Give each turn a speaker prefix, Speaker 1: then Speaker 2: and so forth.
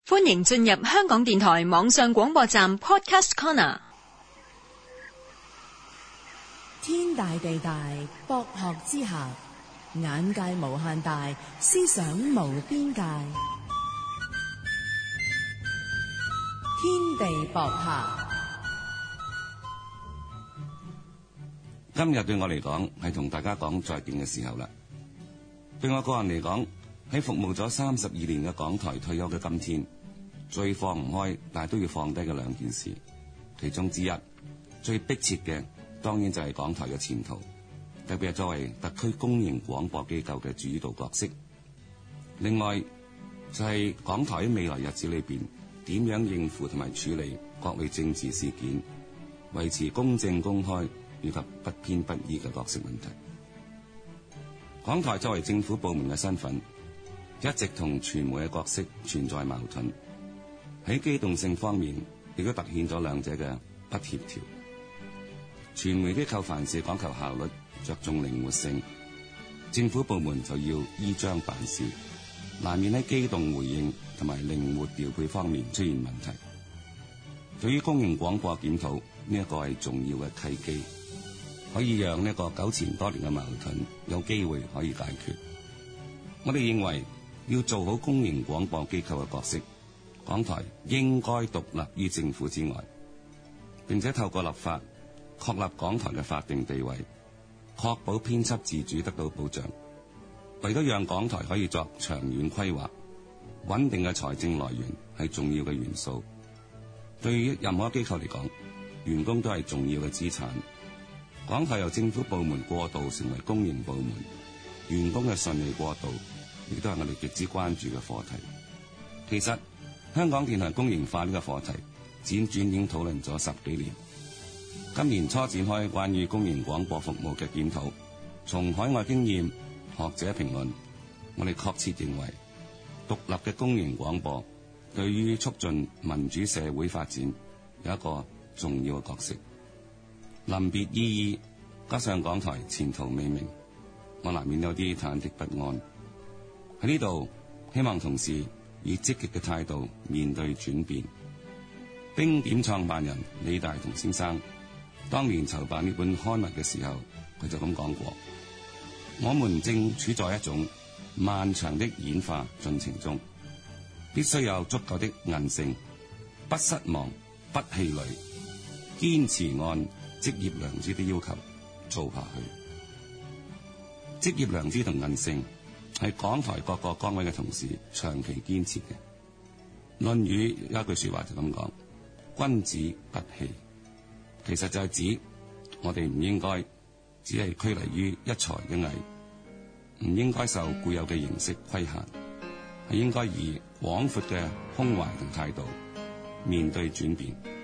Speaker 1: 歡迎進入香港電台網上廣播站 Podcast Corner。
Speaker 2: 天大地大，博學之下，眼界無限大，思想無邊界。天地博客。
Speaker 3: 今日對我嚟講係同大家講再見嘅時候啦。對我個人嚟講，喺服務咗32年嘅港台退休嘅今天，最放唔開但係都要放低嘅兩件事，其中之一最迫切嘅當然就係港台嘅前途，特別係作為特區公營廣播機構嘅主導角色。另外就係港台喺未來日子裏邊點樣應付同埋處理各類政治事件，維持公正公開以及不偏不倚嘅角色問題。港台作為政府部門嘅身份，一直同傳媒嘅角色存在矛盾，喺機動性方面亦都凸顯咗兩者嘅不協調。傳媒機構凡事講求效率，着重靈活性，政府部門就要依章辦事，難免喺機動回應同埋靈活調配方面出現問題。對於公營廣播檢討，呢一個係重要嘅契機，可以讓呢個糾纏多年嘅矛盾有機會可以解決。我哋認為要做好公營廣播機構嘅角色，港台應該獨立於政府之外，並且透過立法確立港台嘅法定地位，確保編輯自主得到保障。為咗讓港台可以作長遠規劃，穩定嘅財政來源係重要嘅元素。對於任何機構嚟講，員工都係重要嘅資產。港台由政府部門過渡成為公營部門，員工嘅順利過渡亦都係我哋極之關注嘅課題。其實香港電台公營化呢個課題輾轉已經討論咗10幾年，今年初展開關於公營廣播服務嘅檢討。從海外經驗、學者評論，我哋確切認為獨立嘅公營廣播對於促進民主社會發展有一個重要嘅角色。臨別依依，加上港台前途未明，我難免有啲忐忑不安。喺呢度希望同事以積極嘅態度面對轉變。冰點創辦人李大同先生當年籌辦呢本刊物嘅時候，佢就咁講過：我們正處在一種漫長的演化進程中，必須有足夠的韌性，不失望，不氣餒，堅持按職業良知的要求做下去。職業良知同韌性係港台各個崗位嘅同事長期堅持嘅。《論語》有一句說話就咁講：君子不器。其實就係指我哋唔應該只係拘泥於一才一藝，唔應該受固有嘅形式規限，係應該以廣闊嘅胸懷同態度面對轉變。